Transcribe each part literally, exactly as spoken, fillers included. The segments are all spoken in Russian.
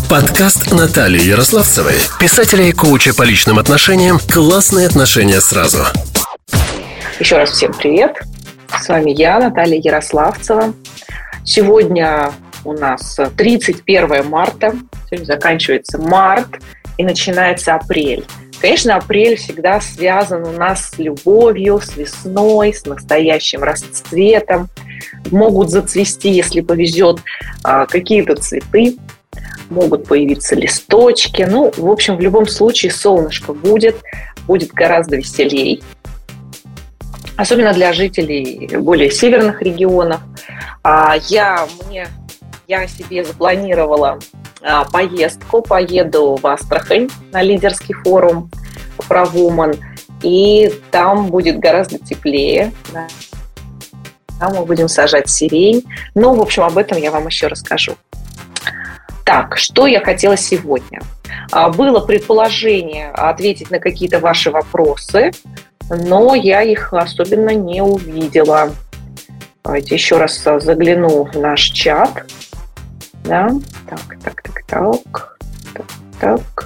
Подкаст Натальи Ярославцевой, писателя и коуча по личным отношениям «Классные отношения сразу». Еще раз всем привет. С вами я, Наталья Ярославцева. Сегодня у нас тридцать первое марта. Сегодня заканчивается март и начинается апрель. Конечно, апрель всегда связан у нас с любовью, с весной, с настоящим расцветом. Могут зацвести, если повезет, какие-то цветы. Могут появиться листочки. Ну, в общем, в любом случае солнышко будет, будет гораздо веселей. Особенно для жителей более северных регионов. Я, мне, я себе запланировала поездку. Поеду в Астрахань на лидерский форум про Woman. И там будет гораздо теплее. Да. Там мы будем сажать сирень. Ну, в общем, об этом я вам еще расскажу. Так, что я хотела сегодня? Было предположение ответить на какие-то ваши вопросы, но я их особенно не увидела. Давайте еще раз загляну в наш чат. Да? Так, так, так, так, так, так.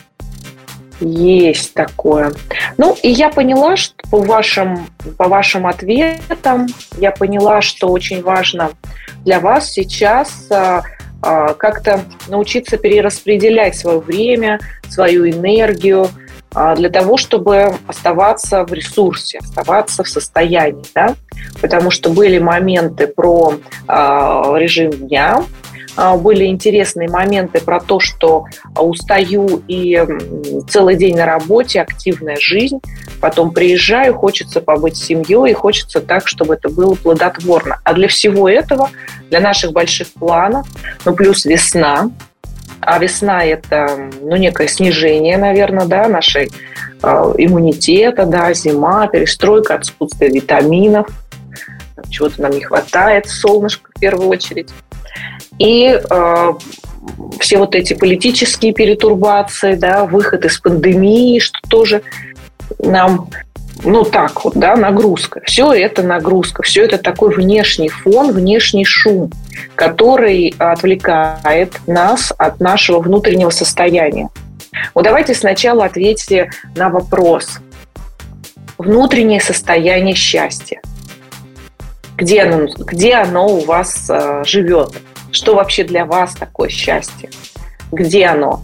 Есть такое. Ну, и я поняла, что по вашим, по вашим ответам, я поняла, что очень важно для вас сейчас как-то научиться перераспределять свое время, свою энергию для того, чтобы оставаться в ресурсе, оставаться в состоянии, да? Потому что были моменты про режим дня, были интересные моменты про то, что устаю и целый день на работе, активная жизнь, потом приезжаю, хочется побыть с семьей, и хочется так, чтобы это было плодотворно. А для всего этого, для наших больших планов, ну плюс весна, а весна – это ну, некое снижение, наверное, да, нашей э, иммунитета, да, зима, перестройка, отсутствие витаминов, чего-то нам не хватает, солнышко в первую очередь. И э, все вот эти политические перетурбации, да, выход из пандемии, что тоже нам, ну так вот, да, нагрузка. Все это нагрузка, все это такой внешний фон, внешний шум, который отвлекает нас от нашего внутреннего состояния. Вот давайте сначала ответьте на вопрос. Внутреннее состояние счастья. Где оно, где оно у вас э, живет? Что вообще для вас такое счастье? Где оно?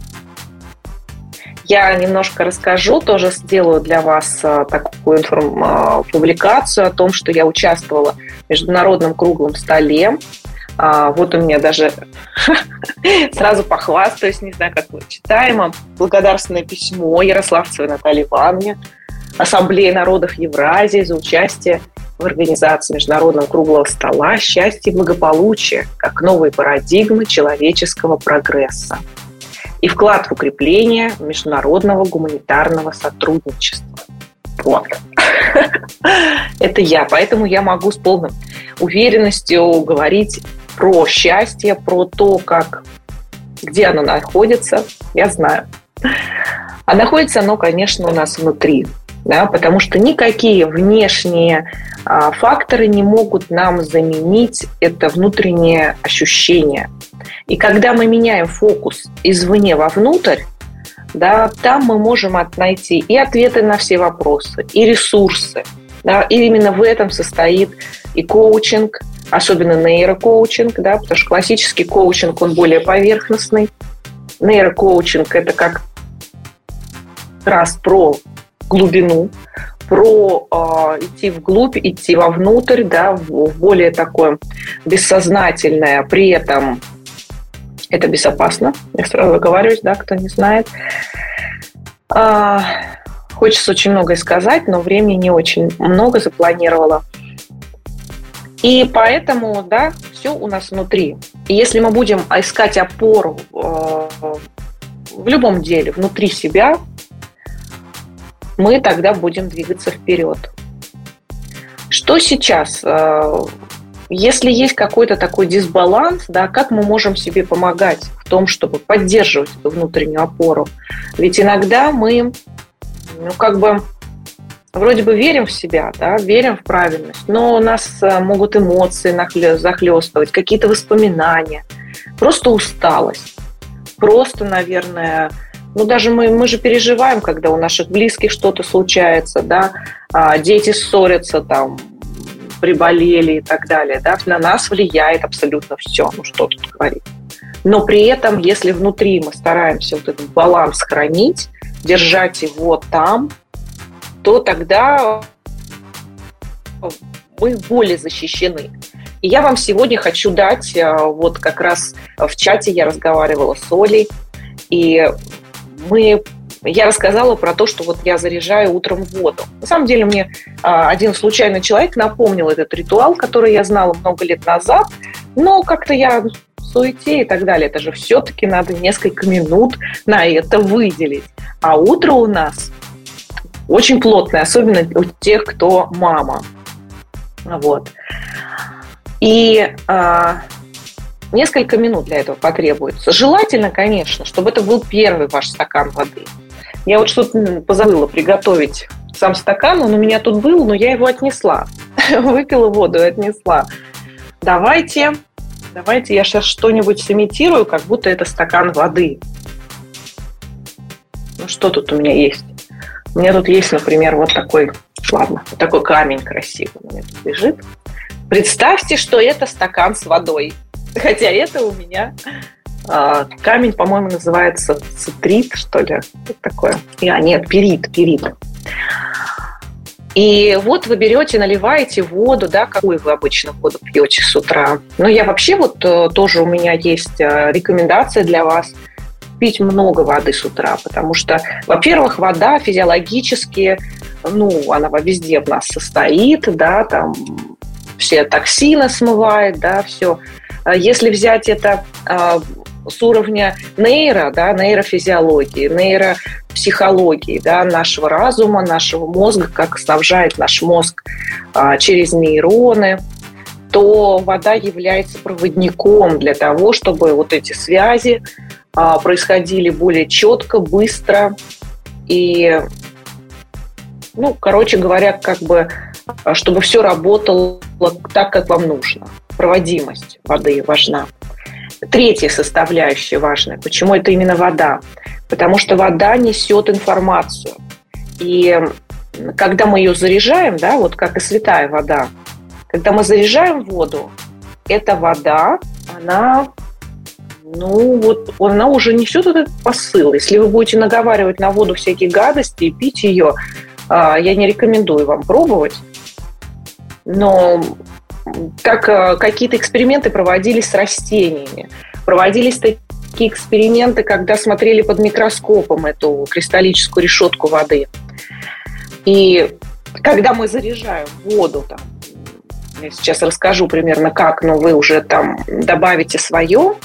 Я немножко расскажу, тоже сделаю для вас э, такую информ- э, публикацию о том, что я участвовала в международном круглом столе. А, вот у меня даже сразу похвастаюсь, не знаю, как вы читаемо, благодарственное письмо Ярославцевой Наталье Ивановне, Ассамблеи народов Евразии за участие в организации Международного круглого стола «Счастье и благополучие» как новые парадигмы человеческого прогресса и вклад в укрепление международного гуманитарного сотрудничества. Вот. Это я, поэтому я могу с полной уверенностью говорить про счастье, про то, как, где оно находится, я знаю. А находится оно, конечно, у нас внутри. Да, потому что никакие внешние а, факторы не могут нам заменить это внутреннее ощущение. И когда мы меняем фокус извне вовнутрь, да, там мы можем найти и ответы на все вопросы, и ресурсы. Да, и именно в этом состоит и коучинг, особенно нейрокоучинг, да, потому что классический коучинг, он более поверхностный. Нейрокоучинг – это как раз про глубину, про э, идти вглубь, идти вовнутрь, да, в, в более такое бессознательное, при этом это безопасно, я сразу оговариваюсь, да, кто не знает. Э, хочется очень многое сказать, но времени не очень много запланировала. И поэтому, да, все у нас внутри. И если мы будем искать опору э, в любом деле внутри себя, мы тогда будем двигаться вперед. Что сейчас? Если есть какой-то такой дисбаланс, да, как мы можем себе помогать в том, чтобы поддерживать эту внутреннюю опору? Ведь иногда мы, ну, как бы вроде бы верим в себя, да, верим в правильность, но у нас могут эмоции захлестывать, какие-то воспоминания, просто усталость. просто, наверное, ну даже мы, мы же переживаем, когда у наших близких что-то случается, да, а, дети ссорятся, там, приболели и так далее, да, на нас влияет абсолютно все, ну что тут говорить. Но при этом, если внутри мы стараемся вот этот баланс хранить, держать его там, то тогда мы более защищены. И я вам сегодня хочу дать, вот как раз в чате я разговаривала с Олей, и мы, я рассказала про то, что вот я заряжаю утром воду. На самом деле мне один случайный человек напомнил этот ритуал, который я знала много лет назад, но как-то я в суете и так далее. Это же все-таки надо несколько минут на это выделить. А утро у нас очень плотное, особенно у тех, кто мама. Вот. И а, несколько минут для этого потребуется. Желательно, конечно, чтобы это был первый ваш стакан воды. Я вот что-то позабыла приготовить сам стакан, он у меня тут был, но я его отнесла. Выпила воду и отнесла. Давайте, давайте я сейчас что-нибудь сымитирую, как будто это стакан воды. Ну, что тут у меня есть? У меня тут есть, например, вот такой, ладно, вот такой камень красивый у меня тут лежит. Представьте, что это стакан с водой. Хотя это у меня э, камень, по-моему, называется цитрит, что ли. Что такое? А, нет, перит, перит. И вот вы берете, наливаете воду, да, какую вы обычно воду пьете с утра. Но я вообще вот тоже у меня есть рекомендация для вас пить много воды с утра, потому что, во-первых, вода физиологически, ну, она везде в нас состоит, да, там все токсины смывает, да, все. Если взять это э, с уровня нейро, да, нейрофизиологии, нейропсихологии, да, нашего разума, нашего мозга, как снабжает наш мозг э, через нейроны, то вода является проводником для того, чтобы вот эти связи э, происходили более четко, быстро и, ну, короче говоря, как бы, чтобы все работало так, как вам нужно. Проводимость воды важна. Третья составляющая важная. Почему это именно вода? Потому что вода несет информацию. И когда мы ее заряжаем, да, вот как и святая вода, когда мы заряжаем воду, эта вода, она, ну, вот, она уже несет этот посыл. Если вы будете наговаривать на воду всякие гадости и пить ее, я не рекомендую вам пробовать. Но как какие-то эксперименты проводились с растениями. Проводились такие эксперименты, когда смотрели под микроскопом эту кристаллическую решетку воды. И когда мы заряжаем воду, там, я сейчас расскажу примерно как, но вы уже там добавите свое,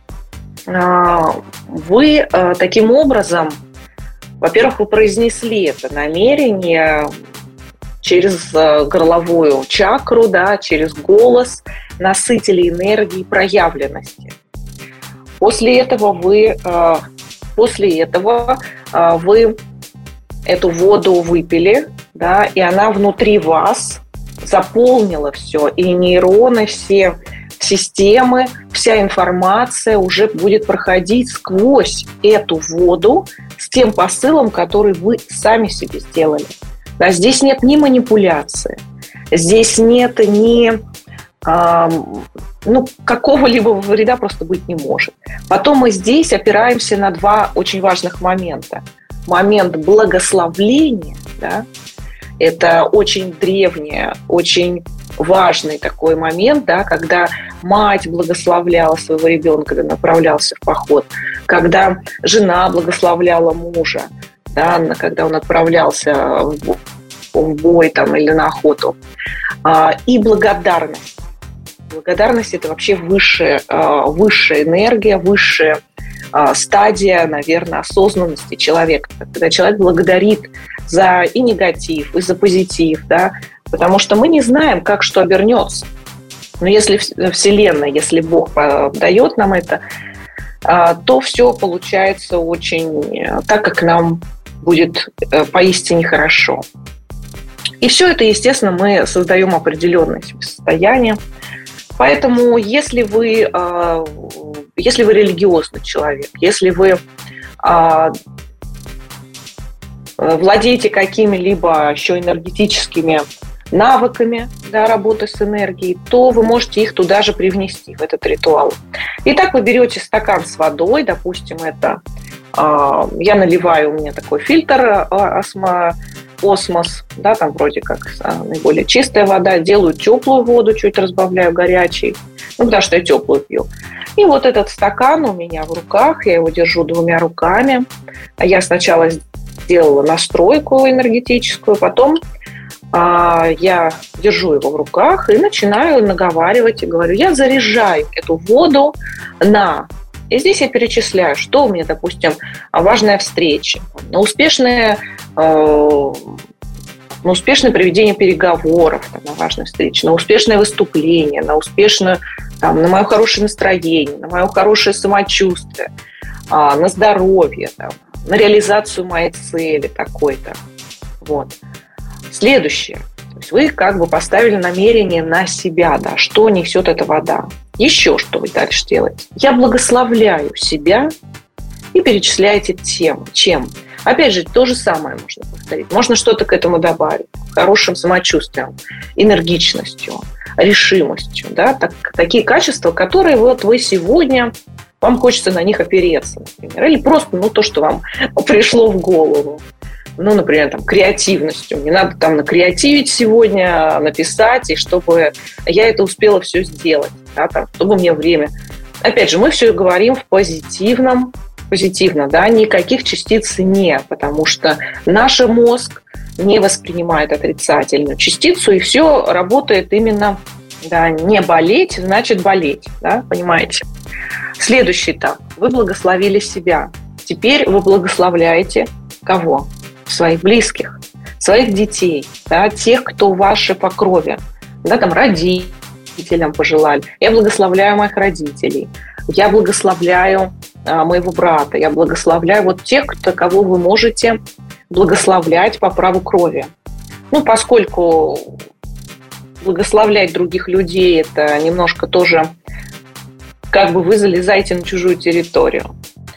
вы таким образом, во-первых, вы произнесли это намерение через горловую чакру, да, через голос, насытили энергией проявленности. После этого вы, после этого вы эту воду выпили, да, и она внутри вас заполнила все, и нейроны, все системы, вся информация уже будет проходить сквозь эту воду с тем посылом, который вы сами себе сделали. Да, здесь нет ни манипуляции, здесь нет ни э, ну, какого-либо вреда просто быть не может. Потом мы здесь опираемся на два очень важных момента. Момент благословления, да, это очень древний, очень важный такой момент, да, когда мать благословляла своего ребенка, когда направлялся в поход, когда жена благословляла мужа, да, когда он отправлялся в, в бой там, или на охоту. А, и благодарность. Благодарность – это вообще высшая, высшая энергия, высшая стадия, наверное, осознанности человека. Когда человек благодарит за и негатив, и за позитив, да, потому что мы не знаем, как что обернется. Но если Вселенная, если Бог дает нам это, то все получается очень так, как нам будет поистине хорошо. И все это, естественно, мы создаем определенное состояние. Поэтому, если вы если вы религиозный человек, если вы а, владеете какими-либо еще энергетическими навыками, да, работы с энергией, то вы можете их туда же привнести, в этот ритуал. Итак, вы берете стакан с водой, допустим, это э, я наливаю, у меня такой фильтр э, осмо, осмос, да, там вроде как э, наиболее чистая вода, делаю теплую воду, чуть разбавляю горячей, ну, потому что я теплую пью. И вот этот стакан у меня в руках, я его держу двумя руками. Я сначала сделала настройку энергетическую, потом я держу его в руках и начинаю наговаривать и говорю, я заряжаю эту воду на... И здесь я перечисляю, что у меня, допустим, важная встреча, на успешное, на успешное проведение переговоров, там, на важной встрече, на успешное выступление, на успешное, там, на мое хорошее настроение, на мое хорошее самочувствие, на здоровье, там, на реализацию моей цели такой-то. Вот. Следующее. То есть вы как бы поставили намерение на себя, да, что несет эта вода. Еще что вы дальше делаете? Я благословляю себя и перечисляете тем, чем. Опять же, то же самое можно повторить. Можно что-то к этому добавить. Хорошим самочувствием, энергичностью, решимостью. Да? Так, такие качества, которые вот вы сегодня, вам хочется на них опереться, например. Или просто ну, то, что вам пришло в голову. Ну, например, там, креативностью. Мне надо там накреативить сегодня, написать, и чтобы я это успела все сделать, да, там, чтобы мне время... Опять же, мы все говорим в позитивном, позитивно, да, никаких частиц не, потому что наш мозг не воспринимает отрицательную частицу, и все работает именно, да, не болеть, значит болеть, да, понимаете? Следующий этап. Вы благословили себя. Теперь вы благословляете кого? Своих близких, своих детей, да, тех, кто ваши по крови, да, там, родителям пожелали. Я благословляю моих родителей, я благословляю а, моего брата, я благословляю вот тех, кто, кого вы можете благословлять по праву крови. Ну, поскольку благословлять других людей, это немножко тоже, как бы вы залезаете на чужую территорию.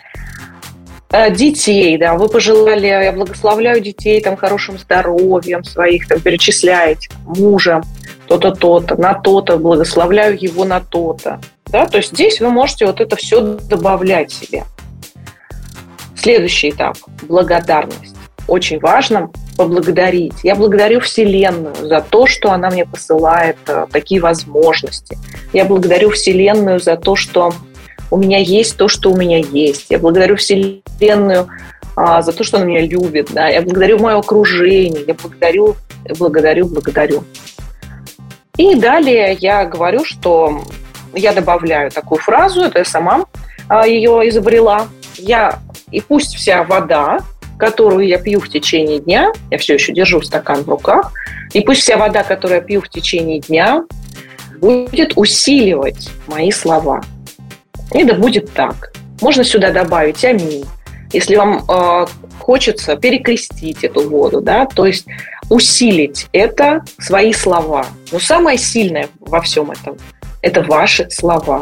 Детей, да, вы пожелали, я благословляю детей там хорошим здоровьем своих, там перечисляете мужа, то-то, то-то, на то-то, благословляю его на то-то, да, то есть здесь вы можете вот это все добавлять себе. Следующий этап – благодарность. Очень важно поблагодарить. Я благодарю Вселенную за то, что она мне посылает такие возможности. Я благодарю Вселенную за то, что у меня есть то, что у меня есть. Я благодарю Вселенную а, за то, что она меня любит. Да? Я благодарю мое окружение. Я благодарю, благодарю, благодарю. И далее я говорю, что я добавляю такую фразу, это я сама а, ее изобрела. Я, и пусть вся вода, которую я пью в течение дня, я все еще держу стакан в руках, и пусть вся вода, которую я пью в течение дня, будет усиливать мои слова. И да будет так. Можно сюда добавить аминь. Если вам э, хочется перекрестить эту воду, да, то есть усилить это свои слова. Но самое сильное во всем этом – это ваши слова.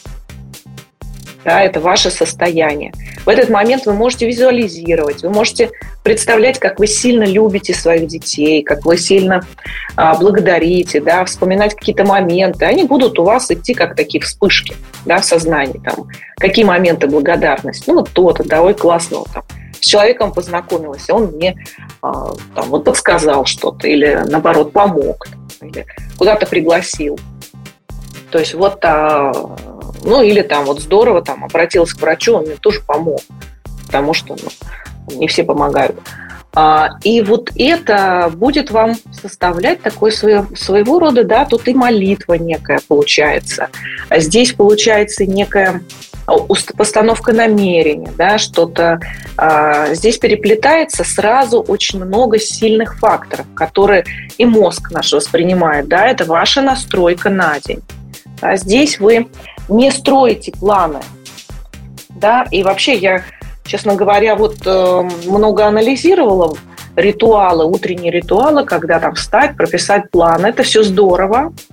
Да, это ваше состояние. В этот момент вы можете визуализировать, вы можете представлять, как вы сильно любите своих детей, как вы сильно а, благодарите, да, вспоминать какие-то моменты. Они будут у вас идти как такие вспышки, да, в сознании. Там, какие моменты благодарности? Ну, вот то-то, да, ой, классно. Там, с человеком познакомилась, он мне а, там, вот подсказал что-то или, наоборот, помог, или куда-то пригласил. То есть вот... А, ну, или там вот здорово, там, обратилась к врачу, он мне тоже помог, потому что ну, не все помогают. А, и вот это будет вам составлять такой свое, своего рода, да, тут и молитва некая получается. А здесь получается некая постановка намерения, да, что-то. А, здесь переплетается сразу очень много сильных факторов, которые и мозг наш воспринимает, да, это ваша настройка на день. А здесь вы не строите планы, да, и вообще я, честно говоря, вот э, много анализировала ритуалы, утренние ритуалы, когда там встать, прописать план, это все здорово,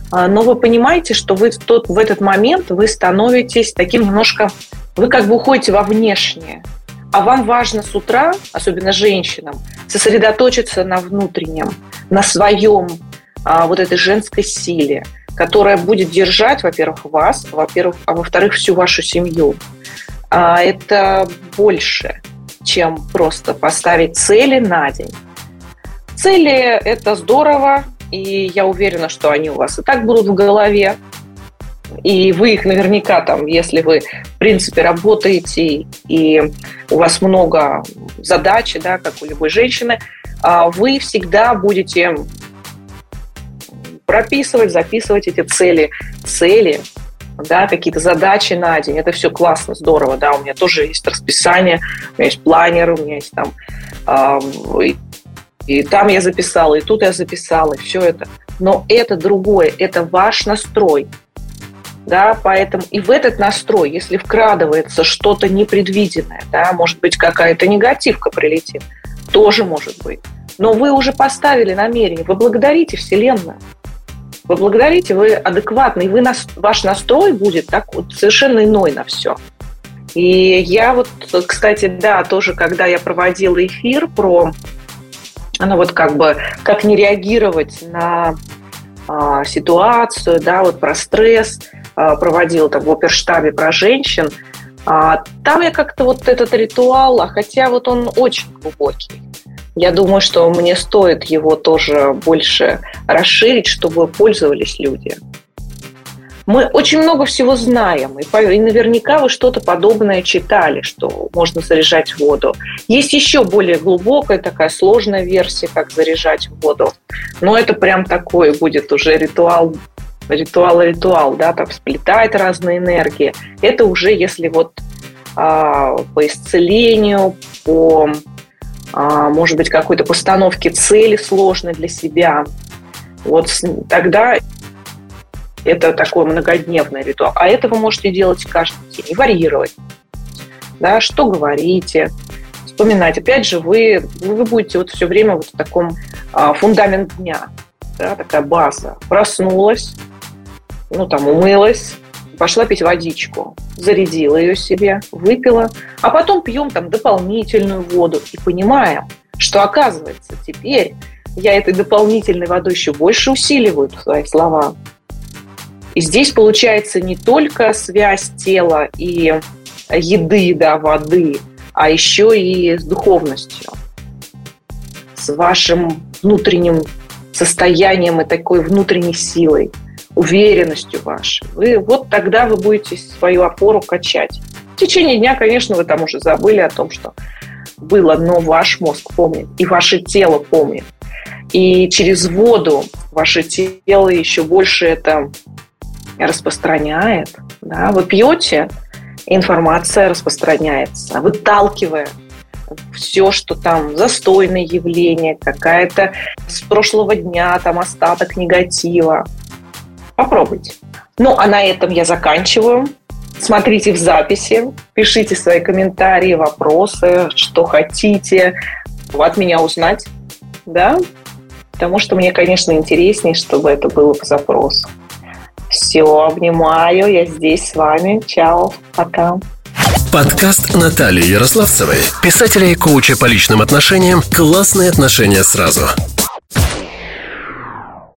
но вы понимаете, что вы в, тот, в этот момент вы становитесь таким немножко, вы как бы уходите во внешнее, а вам важно с утра, особенно женщинам, сосредоточиться на внутреннем, на своем, а, вот этой женской силе, которая будет держать, во-первых, вас, во-первых, а во-вторых, всю вашу семью. А, это больше, чем просто поставить цели на день. Цели – это здорово, и я уверена, что они у вас и так будут в голове. И вы их наверняка, там, если вы, в принципе, работаете, и у вас много задач, да, как у любой женщины, вы всегда будете прописывать, записывать эти цели, цели, да, какие-то задачи на день. Это все классно, здорово, да, у меня тоже есть расписание, у меня есть планер, у меня есть там... И там я записала, и тут я записала, и все это. Но это другое, это ваш настрой. Да, поэтому и в этот настрой, если вкрадывается что-то непредвиденное, да, может быть, какая-то негативка прилетит, тоже может быть. Но вы уже поставили намерение, вы благодарите Вселенную. Вы благодарите, вы адекватны, и вы, ваш настрой будет так вот совершенно иной на все. И я вот, кстати, да, тоже, когда я проводила эфир про... Она вот как бы, как не реагировать на а, ситуацию, да, вот про стресс, а, проводила там в оперштабе про женщин. А, там я как-то вот этот ритуал, а хотя вот он очень глубокий. Я думаю, что мне стоит его тоже больше расширить, чтобы пользовались люди. Мы очень много всего знаем, и наверняка вы что-то подобное читали, что можно заряжать воду. Есть еще более глубокая, такая сложная версия, как заряжать воду. Но это прям такой будет уже ритуал, ритуал-ритуал, да, там сплетает разные энергии. Это уже если вот а, по исцелению, по, а, может быть, какой-то постановке цели сложной для себя. Вот тогда... Это такой многодневный ритуал. А это вы можете делать каждый день и варьировать. Да, что говорите, вспоминать. Опять же, вы, вы будете вот все время вот в таком а, фундамент дня. Да, такая база. Проснулась, ну там умылась, пошла пить водичку, зарядила ее себе, выпила, а потом пьем там дополнительную воду и понимаем, что оказывается теперь я этой дополнительной водой еще больше усиливаю свои слова. И здесь получается не только связь тела и еды, да, воды, а еще и с духовностью, с вашим внутренним состоянием и такой внутренней силой, уверенностью вашей. Вы, вот тогда вы будете свою опору качать. В течение дня, конечно, вы там уже забыли о том, что было, но ваш мозг помнит, и ваше тело помнит. И через воду ваше тело еще больше это распространяет. Да? Вы пьете, информация распространяется, выталкивая все, что там застойное явление, какая-то с прошлого дня там остаток негатива. Попробуйте. Ну, а на этом я заканчиваю. Смотрите в записи, пишите свои комментарии, вопросы, что хотите от меня узнать, да? Потому что мне, конечно, интереснее, чтобы это было по запросу. Все, обнимаю, я здесь с вами. Чао, пока. Подкаст Натальи Ярославцевой, писателя и коуча по личным отношениям «Классные отношения сразу».